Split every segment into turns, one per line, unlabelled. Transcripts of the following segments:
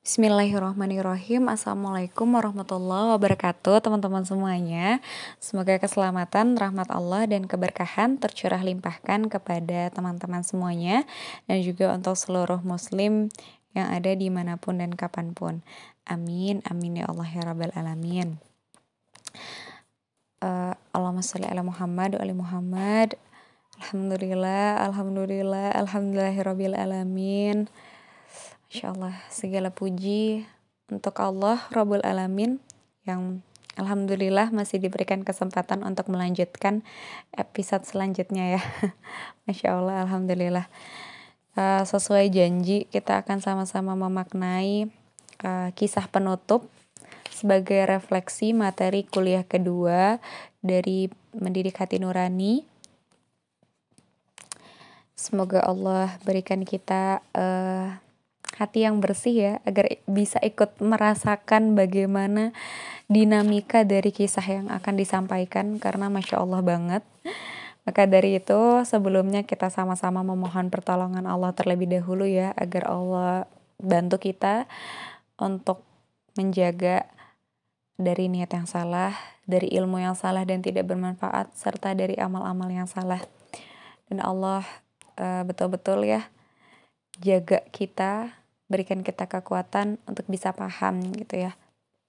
Bismillahirrahmanirrahim. Assalamualaikum warahmatullahi wabarakatuh, teman-teman semuanya. Semoga keselamatan, rahmat Allah, dan keberkahan tercurah limpahkan kepada teman-teman semuanya, dan juga untuk seluruh muslim yang ada dimanapun dan kapanpun. Amin, amin ya Allah ya Rabbal Alamin. Allahumma sholli ala Muhammad wa ali Muhammad. Alhamdulillah, alhamdulillah, alhamdulillahirabbil alamin. Insyaallah segala puji untuk Allah Rabbul Alamin yang alhamdulillah masih diberikan kesempatan untuk melanjutkan episode selanjutnya ya. Masya Allah, alhamdulillah. Sesuai janji kita akan sama-sama memaknai kisah penutup sebagai refleksi materi kuliah kedua dari Mendidik Hati Nurani. Semoga Allah berikan kita hati yang bersih ya, agar bisa ikut merasakan bagaimana dinamika dari kisah yang akan disampaikan, karena Masya Allah banget. Maka dari itu sebelumnya kita sama-sama memohon pertolongan Allah terlebih dahulu ya, agar Allah bantu kita untuk menjaga dari niat yang salah, dari ilmu yang salah dan tidak bermanfaat, serta dari amal-amal yang salah. Dan Allah betul-betul ya jaga kita, berikan kita kekuatan untuk bisa paham gitu ya.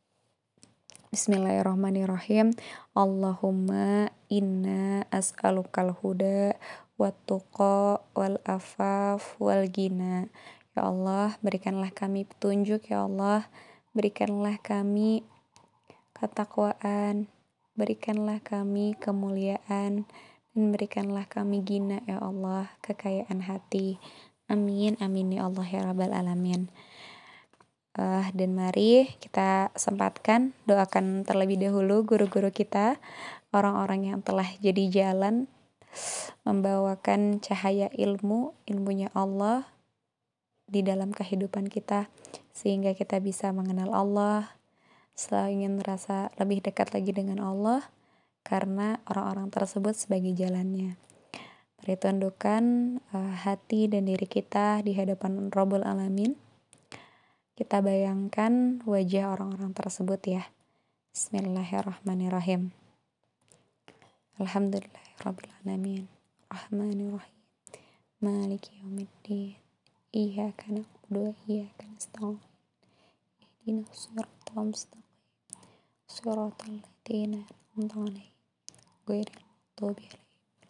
Bismillahirrahmanirrahim. Allahumma inna as'alukal huda wat-tuqa wal afaf wal ghina. Ya Allah, berikanlah kami petunjuk ya Allah. Berikanlah kami ketakwaan. Berikanlah kami kemuliaan, dan berikanlah kami ghina ya Allah, kekayaan hati. Amin, amin ya Allah ya Rabbal Alamin. Dan mari kita sempatkan doakan terlebih dahulu guru-guru kita, orang-orang yang telah jadi jalan membawakan cahaya ilmunya Allah di dalam kehidupan kita, sehingga kita bisa mengenal Allah, selalu ingin merasa lebih dekat lagi dengan Allah karena orang-orang tersebut sebagai jalannya. Mari tundukkan hati dan diri kita di hadapan Rabbul Alamin. Kita bayangkan wajah orang-orang tersebut ya. Bismillahirrahmanirrahim. Alhamdulillahirabbil alamin. Rahmanirrahim. Maliki yaumiddin. Iyyaka na'budu wa iyyaka nasta'in. Ihdinas siratal mustaqim. Siratal ladzina an'amta 'alaihim ghairil maghdubi 'alaihim.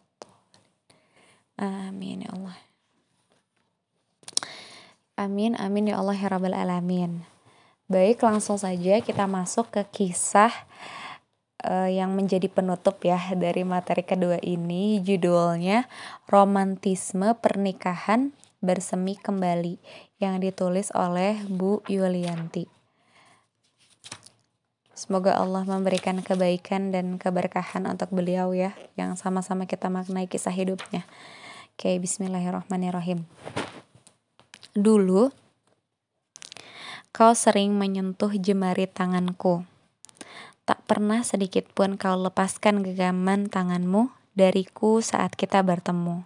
Amin ya Allah. Amin, amin ya Allah ya Rabbal Alamin. Baik, langsung saja kita masuk ke kisah yang menjadi penutup ya dari materi kedua ini. Judulnya Romantisme Pernikahan Bersemi Kembali, yang ditulis oleh Bu Yulianti. Semoga Allah memberikan kebaikan dan keberkahan untuk beliau ya, yang sama-sama kita maknai kisah hidupnya. Oke, bismillahirrahmanirrahim. Dulu, kau sering menyentuh jemari tanganku. Tak pernah sedikit pun kau lepaskan genggaman tanganmu dariku saat kita bertemu.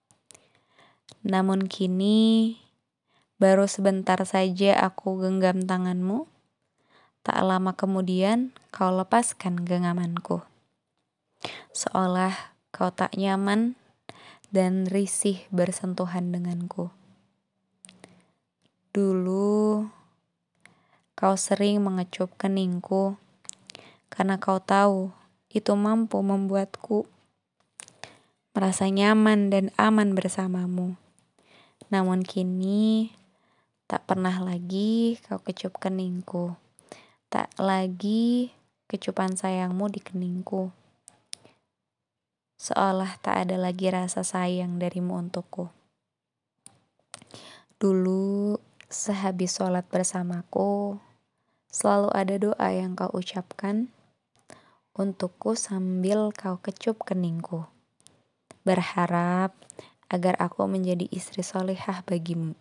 Namun kini, baru sebentar saja aku genggam tanganmu, tak lama kemudian kau lepaskan genggamanku. Seolah kau tak nyaman dan risih bersentuhan denganku. Dulu, kau sering mengecup keningku karena kau tahu itu mampu membuatku merasa nyaman dan aman bersamamu. Namun kini, tak pernah lagi kau kecup keningku. Tak lagi kecupan sayangmu di keningku. Seolah tak ada lagi rasa sayang darimu untukku. Dulu, sehabis sholat bersamaku, selalu ada doa yang kau ucapkan untukku sambil kau kecup keningku. Berharap agar aku menjadi istri solehah bagimu.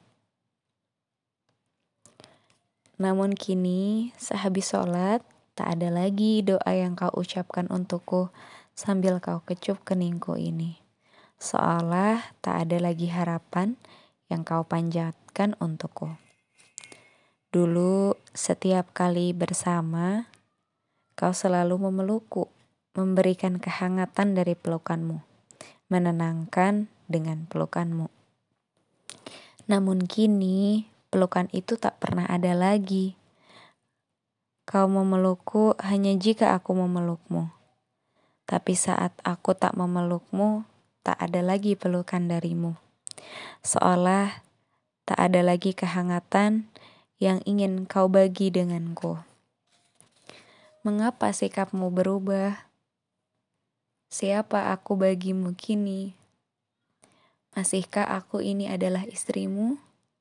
Namun kini, sehabis sholat, tak ada lagi doa yang kau ucapkan untukku sambil kau kecup keningku ini. Seolah tak ada lagi harapan yang kau panjatkan untukku. Dulu setiap kali bersama, kau selalu memelukku, memberikan kehangatan dari pelukanmu, menenangkan dengan pelukanmu. Namun kini, pelukan itu tak pernah ada lagi. Kau memelukku hanya jika aku memelukmu. Tapi saat aku tak memelukmu, tak ada lagi pelukan darimu. Seolah tak ada lagi kehangatan yang ingin kau bagi denganku. Mengapa sikapmu berubah? Siapa aku bagimu kini? Masihkah aku ini adalah istrimu?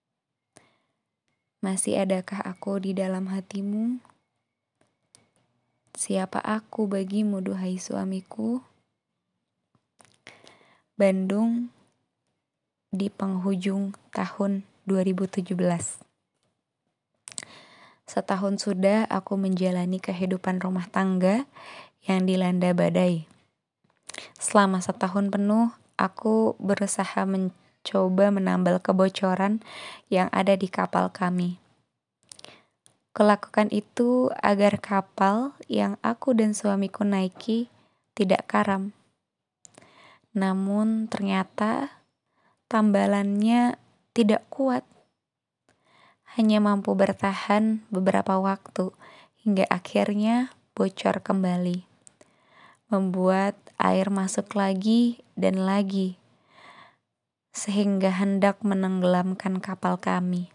Masih adakah aku di dalam hatimu? Siapa aku bagimu, duhai suamiku? Bandung, di penghujung tahun 2017. Setahun sudah aku menjalani kehidupan rumah tangga yang dilanda badai. Selama setahun penuh, aku berusaha mencoba menambal kebocoran yang ada di kapal kami. Kulakukan itu agar kapal yang aku dan suamiku naiki tidak karam. Namun ternyata tambalannya tidak kuat. Hanya mampu bertahan beberapa waktu hingga akhirnya bocor kembali. Membuat air masuk lagi dan lagi. Sehingga hendak menenggelamkan kapal kami.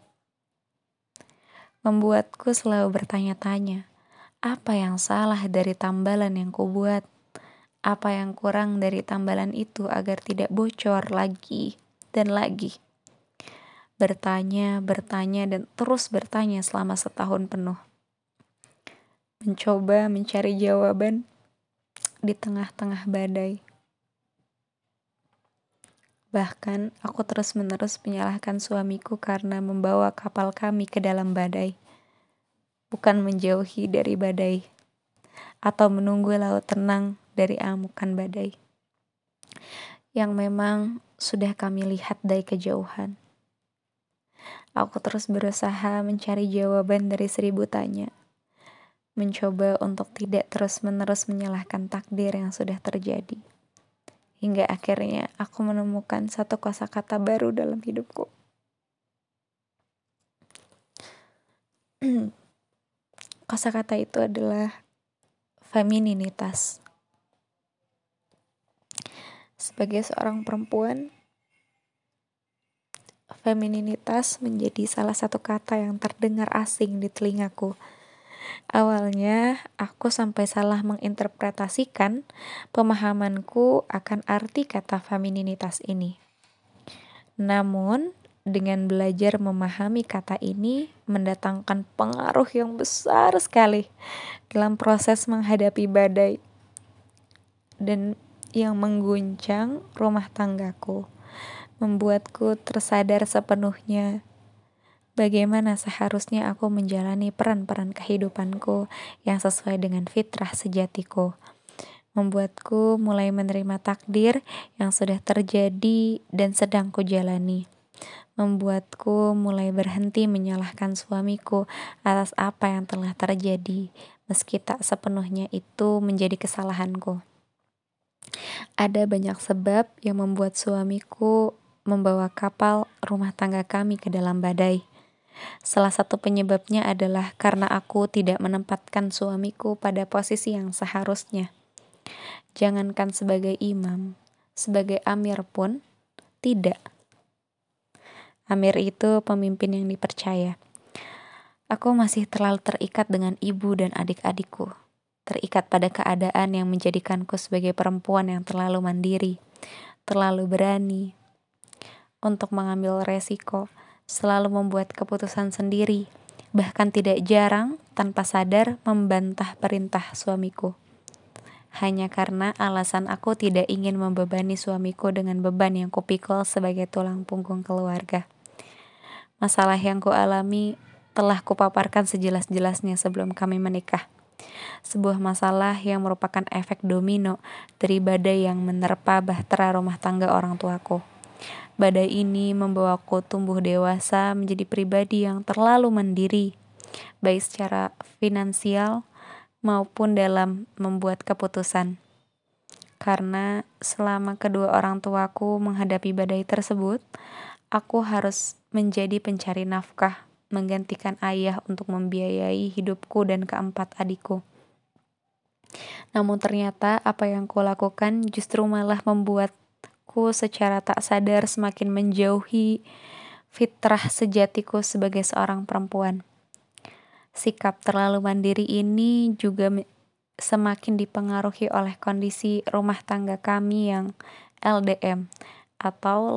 Membuatku selalu bertanya-tanya, apa yang salah dari tambalan yang kubuat? Apa yang kurang dari tambalan itu agar tidak bocor lagi dan lagi? Bertanya, dan terus bertanya selama setahun penuh. Mencoba mencari jawaban di tengah-tengah badai. Bahkan aku terus-menerus menyalahkan suamiku karena membawa kapal kami ke dalam badai. Bukan menjauhi dari badai. Atau menunggu laut tenang dari amukan badai. Yang memang sudah kami lihat dari kejauhan. Aku terus berusaha mencari jawaban dari 1000 tanya. Mencoba untuk tidak terus-menerus menyalahkan takdir yang sudah terjadi. Hingga akhirnya aku menemukan satu kosakata baru dalam hidupku. Kosakata itu adalah femininitas. Sebagai seorang perempuan, femininitas menjadi salah satu kata yang terdengar asing di telingaku. Awalnya, aku sampai salah menginterpretasikan pemahamanku akan arti kata femininitas ini. Namun, dengan belajar memahami kata ini mendatangkan pengaruh yang besar sekali dalam proses menghadapi badai dan yang mengguncang rumah tanggaku, membuatku tersadar sepenuhnya bagaimana seharusnya aku menjalani peran-peran kehidupanku yang sesuai dengan fitrah sejatiku. Membuatku mulai menerima takdir yang sudah terjadi dan sedang kujalani. Membuatku mulai berhenti menyalahkan suamiku atas apa yang telah terjadi, meski tak sepenuhnya itu menjadi kesalahanku. Ada banyak sebab yang membuat suamiku membawa kapal rumah tangga kami ke dalam badai. Salah satu penyebabnya adalah karena aku tidak menempatkan suamiku pada posisi yang seharusnya. Jangankan sebagai imam, sebagai amir pun tidak. Amir itu pemimpin yang dipercaya. Aku masih terlalu terikat dengan ibu dan adik-adikku. Terikat pada keadaan yang menjadikanku sebagai perempuan yang terlalu mandiri, terlalu berani untuk mengambil resiko, selalu membuat keputusan sendiri, bahkan tidak jarang tanpa sadar membantah perintah suamiku. Hanya karena alasan aku tidak ingin membebani suamiku dengan beban yang kupikul sebagai tulang punggung keluarga. Masalah yang kualami telah kupaparkan sejelas-jelasnya sebelum kami menikah. Sebuah masalah yang merupakan efek domino dari badai yang menerpa bahtera rumah tangga orang tuaku. Badai ini membawaku tumbuh dewasa menjadi pribadi yang terlalu mandiri, baik secara finansial maupun dalam membuat keputusan. Karena selama kedua orang tuaku menghadapi badai tersebut, aku harus menjadi pencari nafkah, menggantikan ayah untuk membiayai hidupku dan keempat adikku. Namun ternyata apa yang kulakukan justru malah membuatku secara tak sadar semakin menjauhi fitrah sejatiku sebagai seorang perempuan. Sikap terlalu mandiri ini juga semakin dipengaruhi oleh kondisi rumah tangga kami yang LDM atau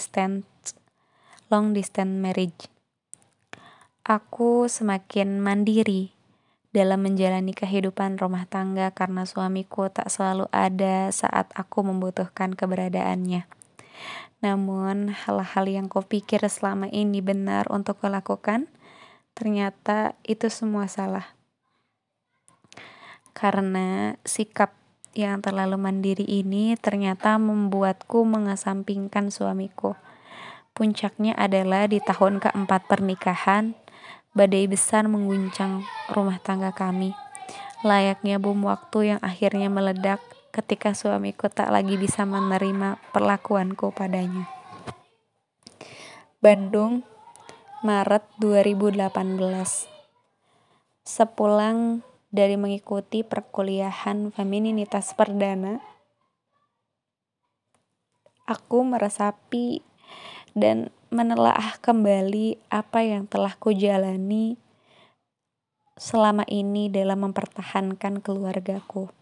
long distance marriage. Aku semakin mandiri dalam menjalani kehidupan rumah tangga karena suamiku tak selalu ada saat aku membutuhkan keberadaannya. Namun hal-hal yang kupikir selama ini benar untuk kulakukan, ternyata itu semua salah. Karena sikap yang terlalu mandiri ini ternyata membuatku mengesampingkan suamiku. Puncaknya adalah di tahun keempat pernikahan, badai besar mengguncang rumah tangga kami. Layaknya bom waktu yang akhirnya meledak ketika suamiku tak lagi bisa menerima perlakuanku padanya. Bandung, Maret 2018. Sepulang dari mengikuti perkuliahan femininitas perdana, aku meresapi dan menelaah kembali apa yang telah kujalani selama ini dalam mempertahankan keluargaku.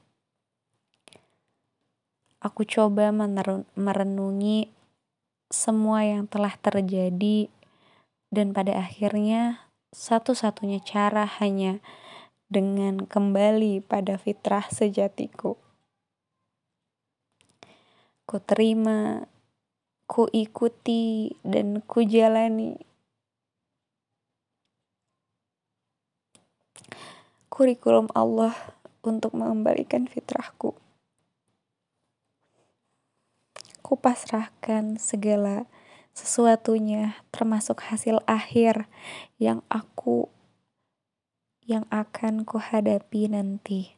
Aku coba merenungi semua yang telah terjadi dan pada akhirnya satu-satunya cara hanya dengan kembali pada fitrah sejatiku. Ku terima, ku ikuti, dan ku jalani kurikulum Allah untuk mengembalikan fitrahku. Ku pasrahkan segala sesuatunya termasuk hasil akhir yang akan kuhadapi nanti.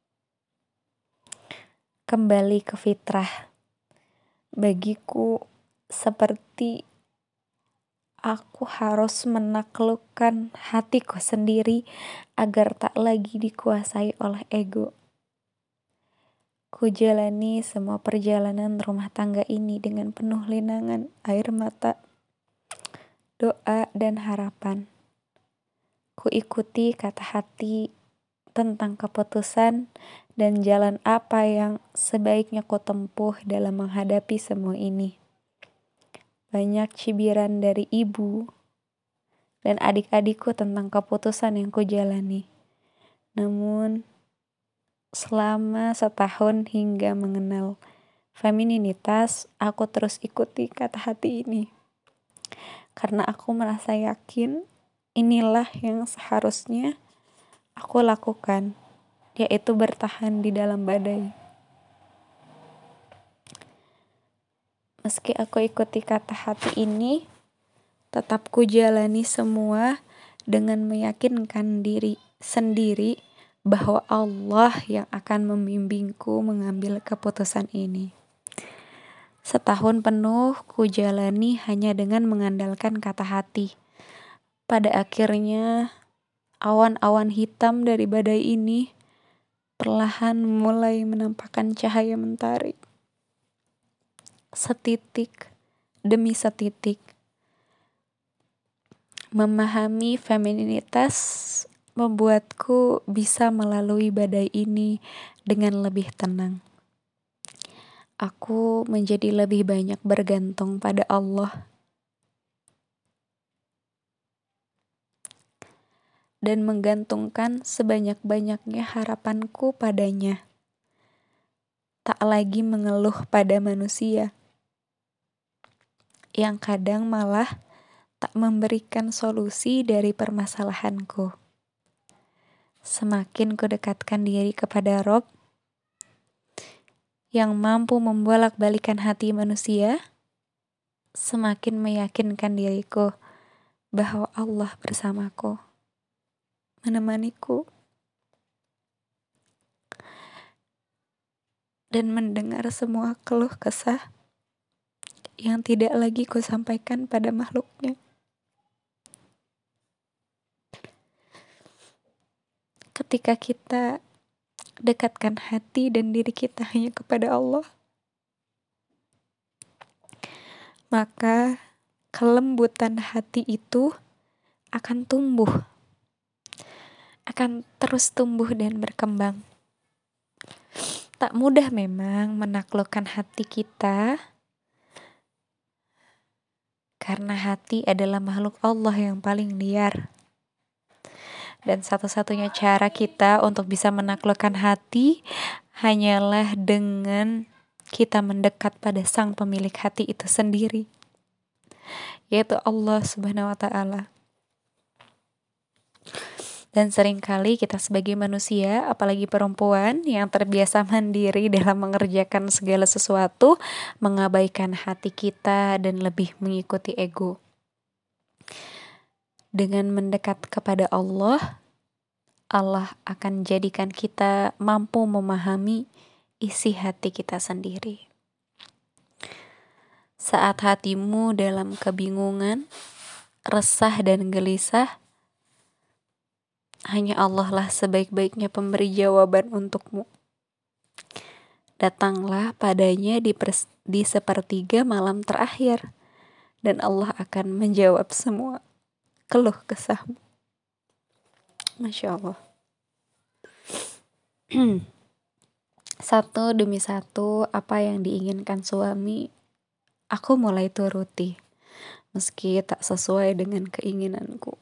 Kembali ke fitrah. Bagiku seperti aku harus menaklukkan hatiku sendiri agar tak lagi dikuasai oleh ego. Ku jalani semua perjalanan rumah tangga ini dengan penuh linangan air mata, doa, dan harapan. Ku ikuti kata hati tentang keputusan dan jalan apa yang sebaiknya ku tempuh dalam menghadapi semua ini. Banyak cibiran dari ibu dan adik-adikku tentang keputusan yang ku jalani. Namun, selama setahun hingga mengenal femininitas, aku terus ikuti kata hati ini. Karena aku merasa yakin inilah yang seharusnya aku lakukan, yaitu bertahan di dalam badai. Meski aku ikuti kata hati ini, tetap ku jalani semua dengan meyakinkan diri sendiri bahwa Allah yang akan membimbingku mengambil keputusan ini. Setahun penuh ku jalani hanya dengan mengandalkan kata hati. Pada akhirnya, awan-awan hitam dari badai ini perlahan mulai menampakkan cahaya mentari. Setitik demi setitik. Memahami femininitas membuatku bisa melalui badai ini dengan lebih tenang. Aku menjadi lebih banyak bergantung pada Allah dan menggantungkan sebanyak-banyaknya harapanku padanya. Tak lagi mengeluh pada manusia yang kadang malah tak memberikan solusi dari permasalahanku. Semakin kudekatkan diri kepada Rob yang mampu membolak-balikan hati manusia, semakin meyakinkan diriku bahwa Allah bersamaku. menemaniku, dan mendengar semua keluh kesah yang tidak lagi kusampaikan pada makhluknya. Ketika kita dekatkan hati dan diri kita hanya kepada Allah, maka kelembutan hati itu akan tumbuh, akan terus tumbuh dan berkembang. Tak mudah memang menaklukkan hati kita, karena hati adalah makhluk Allah yang paling liar. Dan satu-satunya cara kita untuk bisa menaklukkan hati hanyalah dengan kita mendekat pada sang pemilik hati itu sendiri, yaitu Allah Subhanahu wa Ta'ala. Dan seringkali kita sebagai manusia, apalagi perempuan yang terbiasa mandiri dalam mengerjakan segala sesuatu, mengabaikan hati kita dan lebih mengikuti ego. Dengan mendekat kepada Allah, Allah akan jadikan kita mampu memahami isi hati kita sendiri. Saat hatimu dalam kebingungan, resah dan gelisah, hanya Allah lah sebaik-baiknya pemberi jawaban untukmu. Datanglah padanya di sepertiga malam terakhir, dan Allah akan menjawab semua keluh kesahmu. Masya Allah. Satu demi satu, apa yang diinginkan suami, aku mulai turuti, meski tak sesuai dengan keinginanku.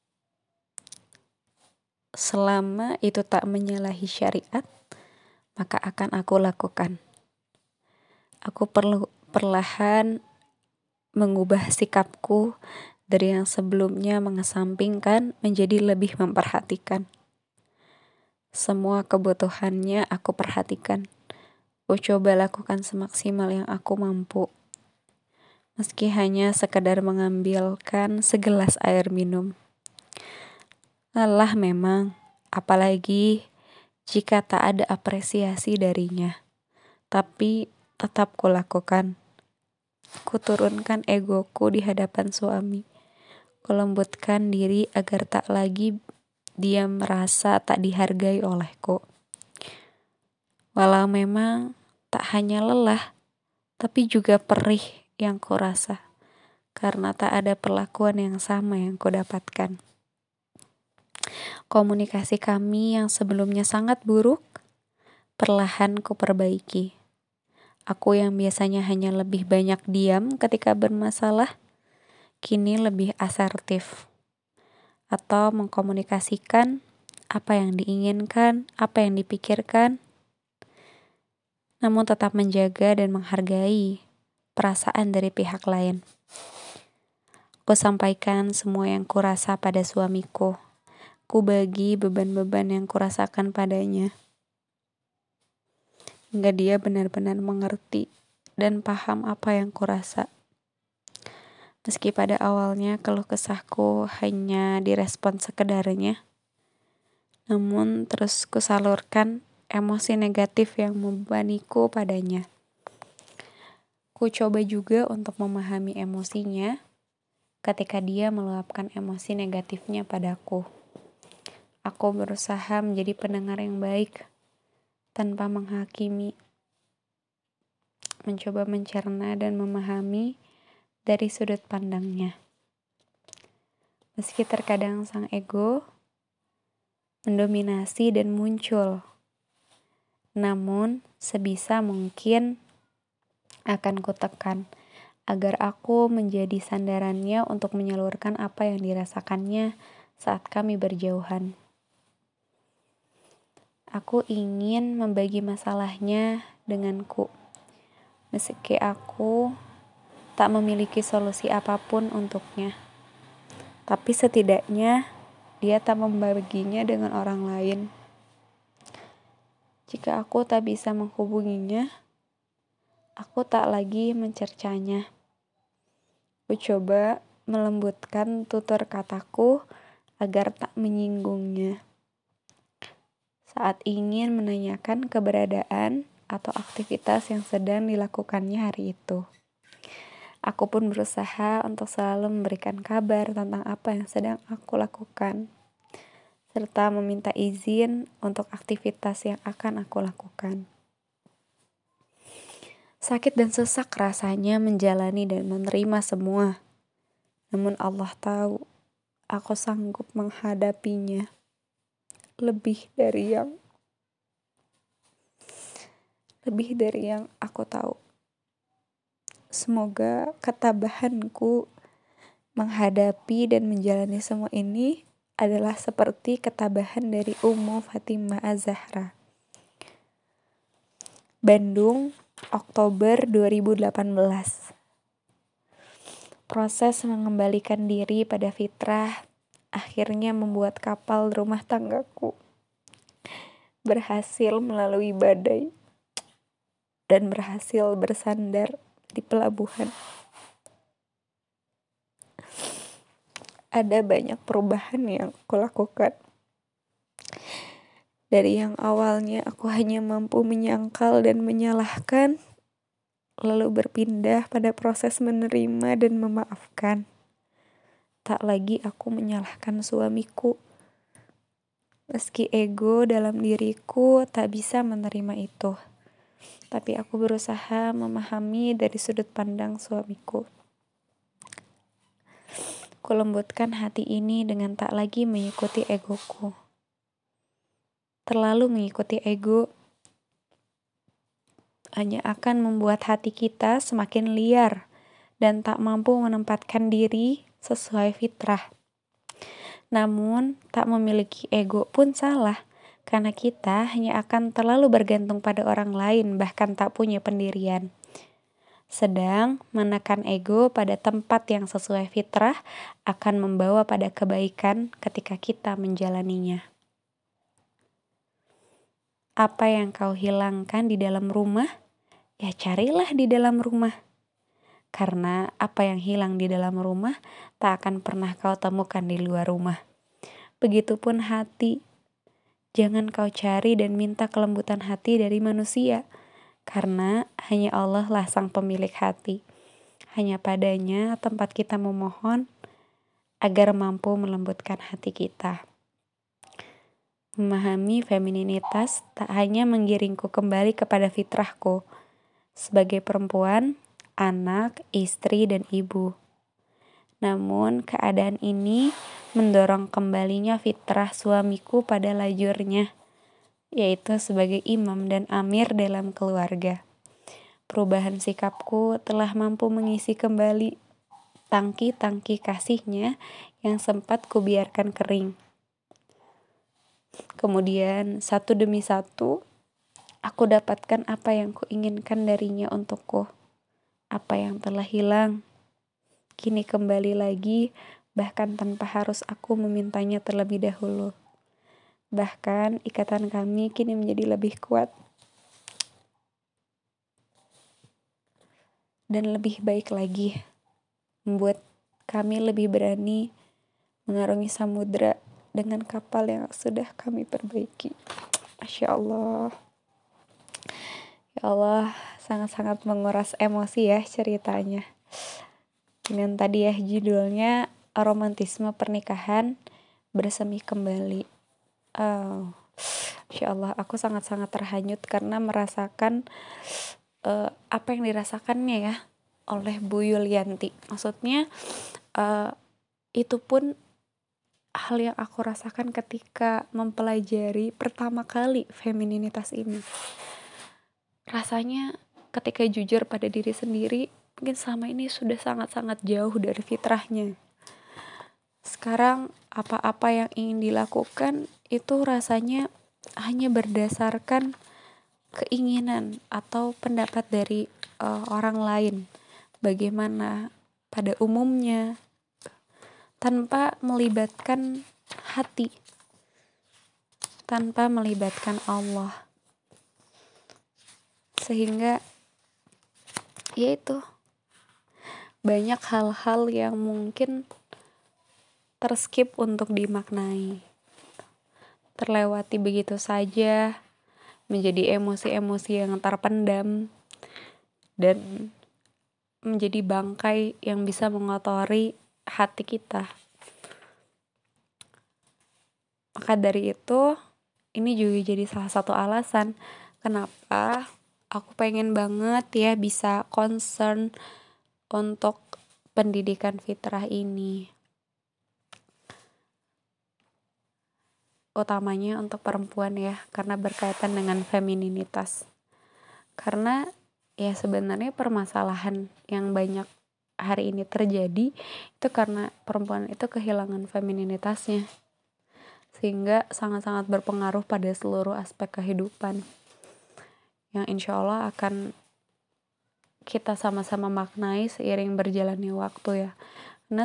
Selama itu tak menyalahi syariat, maka akan aku lakukan. Aku perlu perlahan mengubah sikapku dari yang sebelumnya mengesampingkan menjadi lebih memperhatikan. Semua kebutuhannya aku perhatikan. Aku coba lakukan semaksimal yang aku mampu. Meski hanya sekedar mengambilkan segelas air minum. Lelah memang, apalagi jika tak ada apresiasi darinya. Tapi tetap kulakukan. Kuturunkan egoku di hadapan suami. Kulembutkan diri agar tak lagi dia merasa tak dihargai olehku. Walau memang tak hanya lelah, tapi juga perih yang kurasa, karena tak ada perlakuan yang sama yang kudapatkan. Komunikasi kami yang sebelumnya sangat buruk, perlahan kuperbaiki. Aku yang biasanya hanya lebih banyak diam ketika bermasalah, kini lebih asertif. Atau mengkomunikasikan apa yang diinginkan, apa yang dipikirkan, namun tetap menjaga dan menghargai perasaan dari pihak lain. Ku sampaikan semua yang kurasa pada suamiku. Ku bagi beban-beban yang kurasakan padanya. Hingga dia benar-benar mengerti dan paham apa yang kurasa. Meski pada awalnya keluh kesahku hanya direspon sekedarnya, namun terus kusalurkan emosi negatif yang membebaniku padanya. Ku coba juga untuk memahami emosinya ketika dia meluapkan emosi negatifnya padaku. Aku berusaha menjadi pendengar yang baik tanpa menghakimi, mencoba mencerna dan memahami dari sudut pandangnya. Meski terkadang sang ego mendominasi dan muncul, namun sebisa mungkin akan kutekan agar aku menjadi sandarannya untuk menyalurkan apa yang dirasakannya saat kami berjauhan. Aku ingin membagi masalahnya denganku, meski aku tak memiliki solusi apapun untuknya. Tapi setidaknya dia tak membaginya dengan orang lain. Jika aku tak bisa menghubunginya, aku tak lagi mencercanya. Aku coba melembutkan tutur kataku agar tak menyinggungnya. Saat ingin menanyakan keberadaan atau aktivitas yang sedang dilakukannya hari itu. Aku pun berusaha untuk selalu memberikan kabar tentang apa yang sedang aku lakukan, serta meminta izin untuk aktivitas yang akan aku lakukan. Sakit dan sesak rasanya menjalani dan menerima semua. Namun Allah tahu, aku sanggup menghadapinya lebih dari yang aku tahu. Semoga ketabahanku menghadapi dan menjalani semua ini adalah seperti ketabahan dari Ummu Fatimah Az-Zahra. Bandung, Oktober 2018. Proses mengembalikan diri pada fitrah akhirnya membuat kapal rumah tanggaku berhasil melalui badai dan berhasil bersandar di pelabuhan. Ada banyak perubahan yang aku lakukan. Dari yang awalnya aku hanya mampu menyangkal dan menyalahkan, lalu berpindah pada proses menerima dan memaafkan. Tak lagi aku menyalahkan suamiku. Meski ego dalam diriku tak bisa menerima itu, tapi aku berusaha memahami dari sudut pandang suamiku. Kulembutkan hati ini dengan tak lagi mengikuti egoku. Terlalu mengikuti ego hanya akan membuat hati kita semakin liar dan tak mampu menempatkan diri sesuai fitrah. Namun, tak memiliki ego pun salah, karena kita hanya akan terlalu bergantung pada orang lain, bahkan tak punya pendirian. Sedang menekan ego pada tempat yang sesuai fitrah akan membawa pada kebaikan ketika kita menjalaninya. Apa yang kau hilangkan di dalam rumah, ya carilah di dalam rumah. Karena apa yang hilang di dalam rumah tak akan pernah kau temukan di luar rumah. Begitupun hati. Jangan kau cari dan minta kelembutan hati dari manusia. Karena hanya Allah lah sang pemilik hati. Hanya padanya tempat kita memohon agar mampu melembutkan hati kita. Memahami femininitas tak hanya menggiringku kembali kepada fitrahku sebagai perempuan, anak, istri, dan ibu. Namun keadaan ini mendorong kembalinya fitrah suamiku pada lajurnya, yaitu sebagai imam dan amir dalam keluarga. Perubahan sikapku telah mampu mengisi kembali tangki-tangki kasihnya yang sempat kubiarkan kering. Kemudian satu demi satu, aku dapatkan apa yang kuinginkan darinya untukku. Apa yang telah hilang, kini kembali lagi, bahkan tanpa harus aku memintanya terlebih dahulu. Bahkan ikatan kami kini menjadi lebih kuat dan lebih baik lagi, membuat kami lebih berani mengarungi samudra dengan kapal yang sudah kami perbaiki. Masya Allah. Ya Allah, sangat-sangat menguras emosi ya ceritanya. Dengan tadi ya judulnya romantisme pernikahan bersemi kembali. Masya Allah, aku sangat-sangat terhanyut karena merasakan apa yang dirasakannya ya oleh Bu Yulianti. Maksudnya itu pun hal yang aku rasakan ketika mempelajari pertama kali femininitas ini. Rasanya ketika jujur pada diri sendiri, mungkin selama ini sudah sangat-sangat jauh dari fitrahnya. Sekarang apa-apa yang ingin dilakukan itu rasanya hanya berdasarkan keinginan atau pendapat dari orang lain. Bagaimana pada umumnya, tanpa melibatkan hati, tanpa melibatkan Allah. Sehingga yaitu banyak hal-hal yang mungkin terskip untuk dimaknai, terlewati begitu saja, menjadi emosi-emosi yang terpendam, dan menjadi bangkai yang bisa mengotori hati kita. Maka dari itu, ini juga jadi salah satu alasan kenapa aku pengen banget ya bisa concern untuk pendidikan fitrah ini. Utamanya untuk perempuan ya, karena berkaitan dengan femininitas. Karena ya sebenarnya permasalahan yang banyak hari ini terjadi itu karena perempuan itu kehilangan femininitasnya, sehingga sangat-sangat berpengaruh pada seluruh aspek kehidupan yang insya Allah akan kita sama-sama maknai seiring berjalannya waktu ya. Karena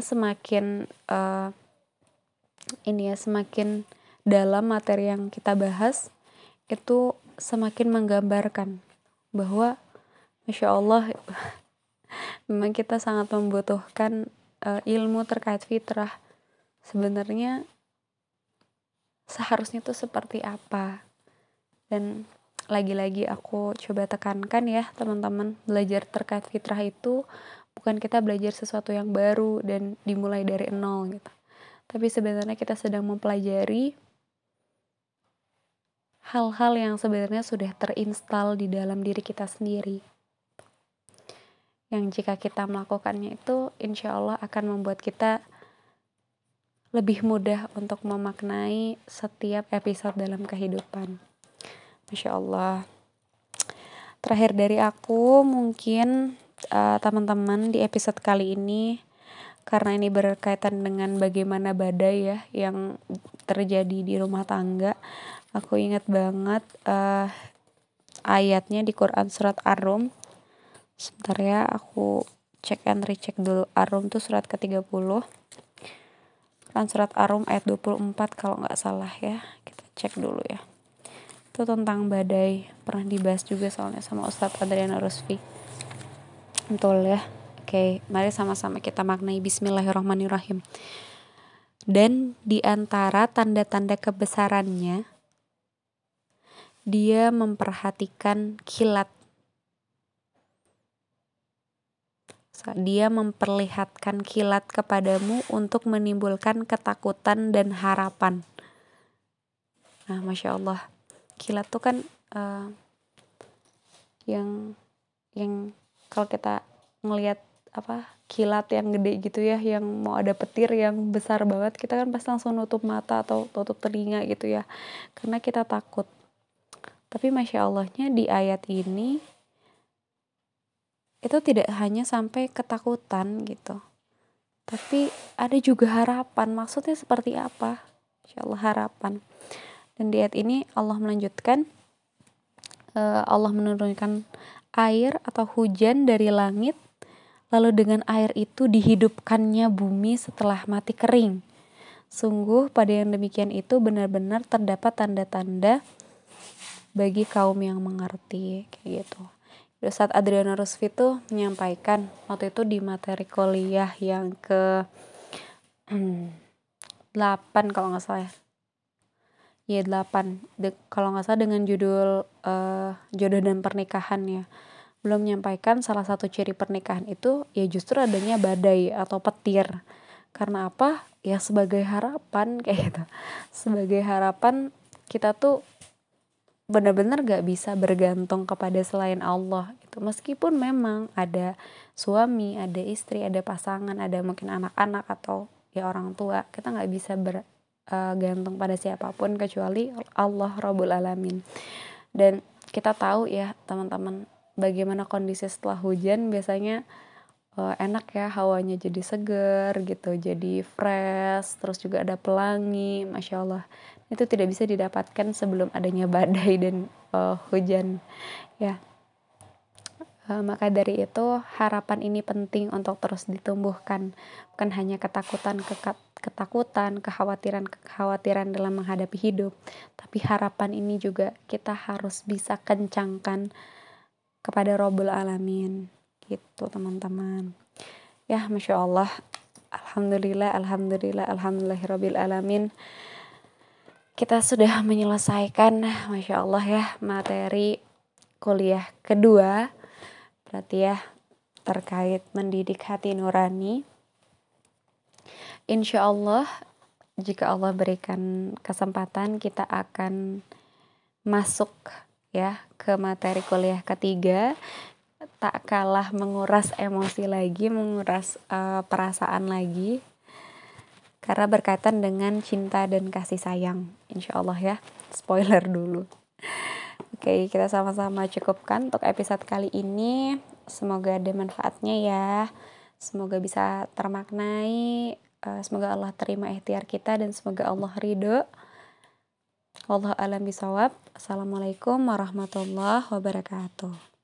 semakin dalam materi yang kita bahas, itu semakin menggambarkan bahwa Masya Allah memang kita sangat membutuhkan ilmu terkait fitrah. Sebenarnya seharusnya itu seperti apa. Dan lagi-lagi aku coba tekankan ya teman-teman, belajar terkait fitrah itu bukan kita belajar sesuatu yang baru dan dimulai dari nol gitu. Tapi sebenarnya kita sedang mempelajari hal-hal yang sebenarnya sudah terinstal di dalam diri kita sendiri. Yang jika kita melakukannya itu insya Allah akan membuat kita lebih mudah untuk memaknai setiap episode dalam kehidupan. Masya Allah. Terakhir dari aku mungkin teman-teman di episode kali ini, karena ini berkaitan dengan bagaimana badai ya yang terjadi di rumah tangga. Aku ingat banget ayatnya di Quran surat Ar-Rum. Sebentar ya, aku cek and recheck dulu. Ar-Rum tuh surat ke-30. Quran surat Ar-Rum ayat 24 kalau nggak salah ya. Kita cek dulu ya. Itu tentang badai. Pernah dibahas juga soalnya sama Ustadz Adriana Rusfi. Betul ya. Oke, mari sama-sama kita maknai. Bismillahirrahmanirrahim. Dan di antara tanda-tanda kebesarannya, dia memperhatikan kilat. Dia memperlihatkan kilat kepadamu untuk menimbulkan ketakutan dan harapan. Nah, Masya Allah. Kilat tuh kan yang kalau kita ngelihat kilat yang gede gitu ya, yang mau ada petir yang besar banget, kita kan pasti langsung nutup mata atau tutup telinga gitu ya, karena kita takut. Tapi Masya Allahnya di ayat ini itu tidak hanya sampai ketakutan gitu, tapi ada juga harapan. Maksudnya seperti apa? Insya Allah harapan. Dan di ayat ini Allah melanjutkan, Allah menurunkan air atau hujan dari langit, lalu dengan air itu dihidupkannya bumi setelah mati kering. Sungguh pada yang demikian itu benar-benar terdapat tanda-tanda bagi kaum yang mengerti, kayak gitu. Ustadz Adriana Rusfi itu menyampaikan waktu itu di materi kuliah yang ke 8 kalau nggak salah ya 8 kalau nggak salah, dengan judul jodoh dan pernikahan ya. Belum menyampaikan salah satu ciri pernikahan itu ya justru adanya badai atau petir. Karena apa? Ya sebagai harapan kayak gitu. Sebagai harapan kita tuh benar-benar gak bisa bergantung kepada selain Allah gitu. Meskipun memang ada suami, ada istri, ada pasangan, ada mungkin anak-anak atau ya orang tua, kita gak bisa bergantung pada siapapun kecuali Allah Rabbul Alamin. Dan kita tahu ya teman-teman, bagaimana kondisi setelah hujan biasanya enak ya, hawanya jadi segar gitu, jadi fresh, terus juga ada pelangi, Masya Allah. Itu tidak bisa didapatkan sebelum adanya badai dan hujan ya. Maka dari itu harapan ini penting untuk terus ditumbuhkan, bukan hanya ketakutan, kekhawatiran dalam menghadapi hidup, tapi harapan ini juga kita harus bisa kencangkan kepada Rabbul Alamin gitu teman-teman. Ya Masya Allah, Alhamdulillahirabbil alamin. Kita sudah menyelesaikan, Masya Allah ya, materi kuliah kedua, berarti ya, terkait mendidik hati nurani. Insya Allah, jika Allah berikan kesempatan, kita akan masuk ya ke materi kuliah ketiga, tak kalah menguras emosi lagi, menguras perasaan lagi, karena berkaitan dengan cinta dan kasih sayang, insya Allah ya. Spoiler dulu. Oke, kita sama-sama cukupkan untuk episode kali ini. Semoga ada manfaatnya ya. Semoga bisa termaknai. Semoga Allah terima ikhtiar kita dan semoga Allah ridho. Wallahu a'lam bishawab. Assalamualaikum warahmatullahi wabarakatuh.